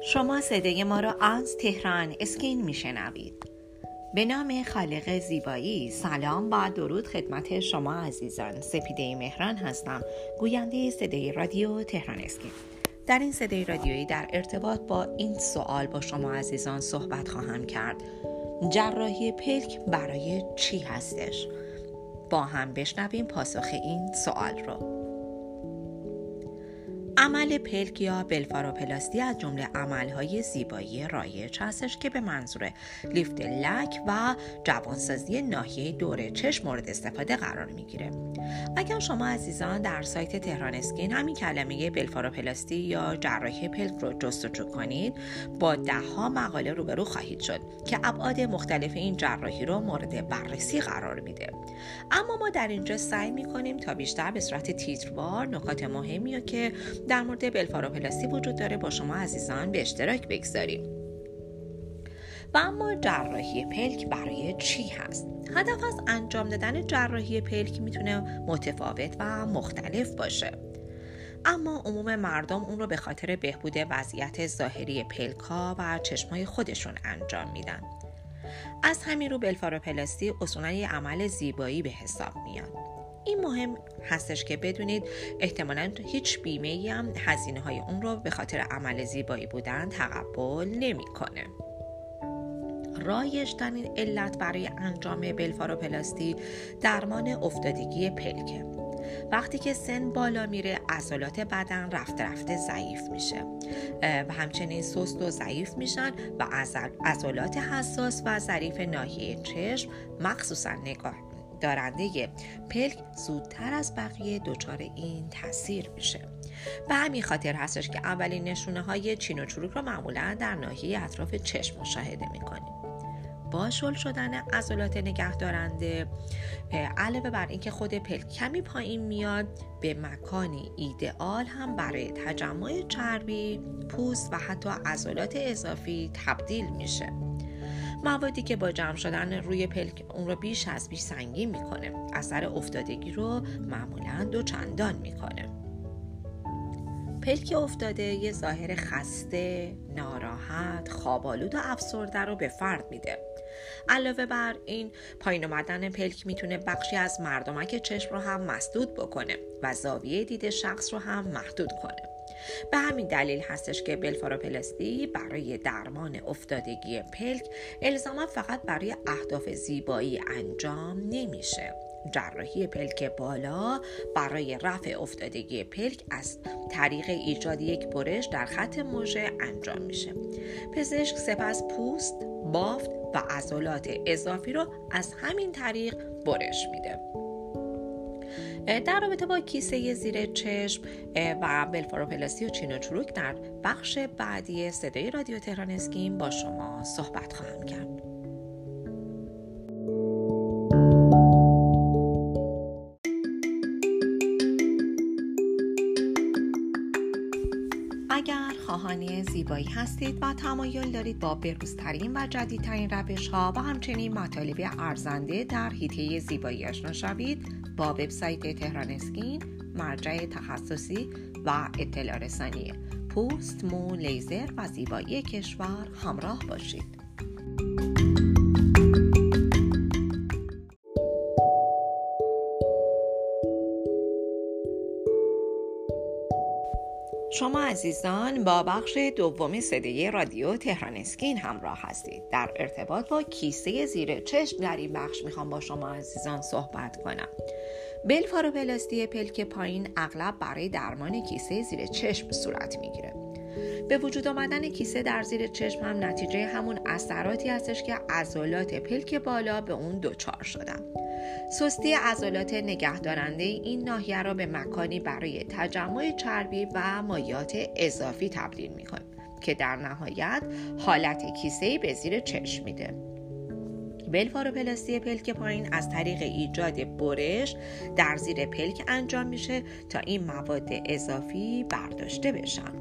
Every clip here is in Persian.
شما صدای ما را از تهران اسکین میشنوید. به نام خالق زیبایی سلام و درود خدمت شما عزیزان. سپیده مهران هستم، گوینده صدای رادیو تهران اسکین. در این صدای رادیویی در ارتباط با این سوال با شما عزیزان صحبت خواهم کرد: جراحی پلک برای چی هستش؟ با هم بشنویم پاسخ این سوال رو. عمل پلک یا بلفاروپلاستی از جمله عمل‌های زیبایی رایج هستش که به منظور لیفت لک و جوانسازی ناحیه دور چشم مورد استفاده قرار میگیره. اگر شما عزیزان در سایت تهران اسکین همین کلمه بلفاروپلاستی یا جراحی پلک رو جستجو کنید، با 10 مقاله روبرو خواهید شد که ابعاد مختلف این جراحی رو مورد بررسی قرار میده. اما ما در اینجا سعی میکنیم تا بیشتر به صورت تیتروار نکات مهمی که در مورد بلفاروپلاستی وجود داره با شما عزیزان به اشتراک بگذاریم. و اما جراحی پلک برای چی هست؟ هدف از انجام دادن جراحی پلک میتونه متفاوت و مختلف باشه، اما عموم مردم اون رو به خاطر بهبود وضعیت ظاهری پلک‌ها و چشمای خودشون انجام میدن. از همین رو بلفاروپلاستی اصولاً یه عمل زیبایی به حساب میاد. این مهم هستش که بدونید احتمالاً هیچ بیمه‌ای هم هزینه‌های اون رو به خاطر عمل زیبایی بودن تقبل نمی‌کنه. رایج‌ترین علت برای انجام بلفاروپلاستی درمان افتادگی پلکه. وقتی که سن بالا میره عضلات بدن رفته رفته ضعیف میشه و همچنین سست و ضعیف میشن و عضلات حساس و ظریف ناحیه چشم مخصوصا نگاه دارنده پلک زودتر از بقیه دچار این تاثیر میشه. به همین خاطر هستش که اولین نشونه های چین و چروک رو معمولا در ناحیه اطراف چشم مشاهده میکنیم. با شل شدن عضلات نگه دارنده علاوه بر اینکه خود پلک کمی پایین میاد، به مکانی ایدئال هم برای تجمع چربی، پوست و حتی عضلات اضافی تبدیل میشه. موادی که با جمع شدن روی پلک اون رو بیش از بیش سنگین میکنه، اثر افتادگی رو معمولاً 2 چندان میکنه. پلک افتاده یه ظاهر خسته، ناراحت، خواب‌آلود و افسرده رو به فرد میده. علاوه بر این، پایین اومدن پلک میتونه بخشی از مردمک چشم رو هم مسدود بکنه و زاویه دید شخص رو هم محدود کنه. به همین دلیل هستش که بلفاروپلاستی برای درمان افتادگی پلک الزاما فقط برای اهداف زیبایی انجام نمیشه. جراحی پلک بالا برای رفع افتادگی پلک از طریق ایجاد یک برش در خط مژه انجام میشه. پزشک سپس پوست، بافت و عضلات اضافی رو از همین طریق برش میده. در رابطه با کیسه زیر چشم و بلفاروپلاستی و چین و چروک در بخش بعدی صدای رادیو تهران اسکین با شما صحبت خواهم کرد. اگر خواهان زیبایی هستید و تمایل دارید با بروزترین و جدیدترین روش‌ها و همچنین مطالب ارزنده در حیطه زیبایی آشنا شوید، با وبسایت تهران اسکین، مرجع تخصصی و اطلاع رسانی پوست، مو، لیزر و زیبایی کشور همراه باشید. شما عزیزان با بخش دوم صدای رادیو تهران اسکین همراه هستید. در ارتباط با کیسه زیر چشم در این بخش میخوام با شما عزیزان صحبت کنم. بلفاروپلاستی پلک پایین اغلب برای درمان کیسه زیر چشم صورت میگیره. به وجود آمدن کیسه در زیر چشم هم نتیجه همون اثراتی هستش که عضلات پلک بالا به اون دچار شدن. سستی عضلات نگهدارنده این ناحیه را به مکانی برای تجمع چربی و مایعات اضافی تبدیل میکنه که در نهایت حالت کیسه‌ای به زیر چشم میده. بلفاروپلاستی پلک پایین از طریق ایجاد برش در زیر پلک انجام میشه تا این مواد اضافی برداشته بشن.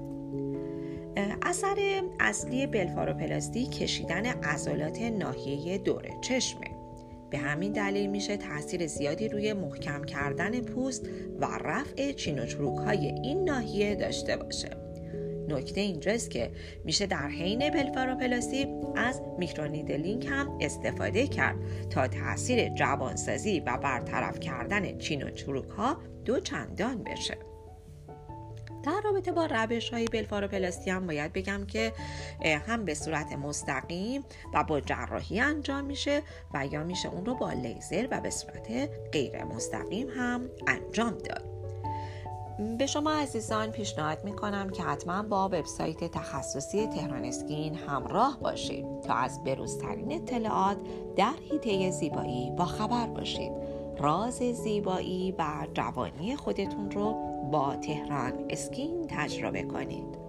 اثر اصلی بلفاروپلاستی کشیدن عضلات ناحیه دور چشمه. به همین دلیل میشه تاثیر زیادی روی محکم کردن پوست و رفع چین و چروک های این ناحیه داشته باشه. نکته اینجاست که میشه در حین بلفاروپلاستی از میکرونیدلینگ هم استفاده کرد تا تاثیر جوانسازی و برطرف کردن چین و چروک ها دو چندان بشه. در رابطه با روش‌های بلفاروپلاستی هم باید بگم که هم به صورت مستقیم و با جراحی انجام میشه و یا میشه اون رو با لیزر و به صورت غیر مستقیم هم انجام داد. به شما عزیزان پیشنهاد میکنم که حتما با وبسایت تخصصی تهران اسکین همراه باشید تا از بروزترین اطلاعات در حیطه زیبایی با خبر باشید. راز زیبایی و جوانی خودتون رو با تهران اسکین تجربه کنید.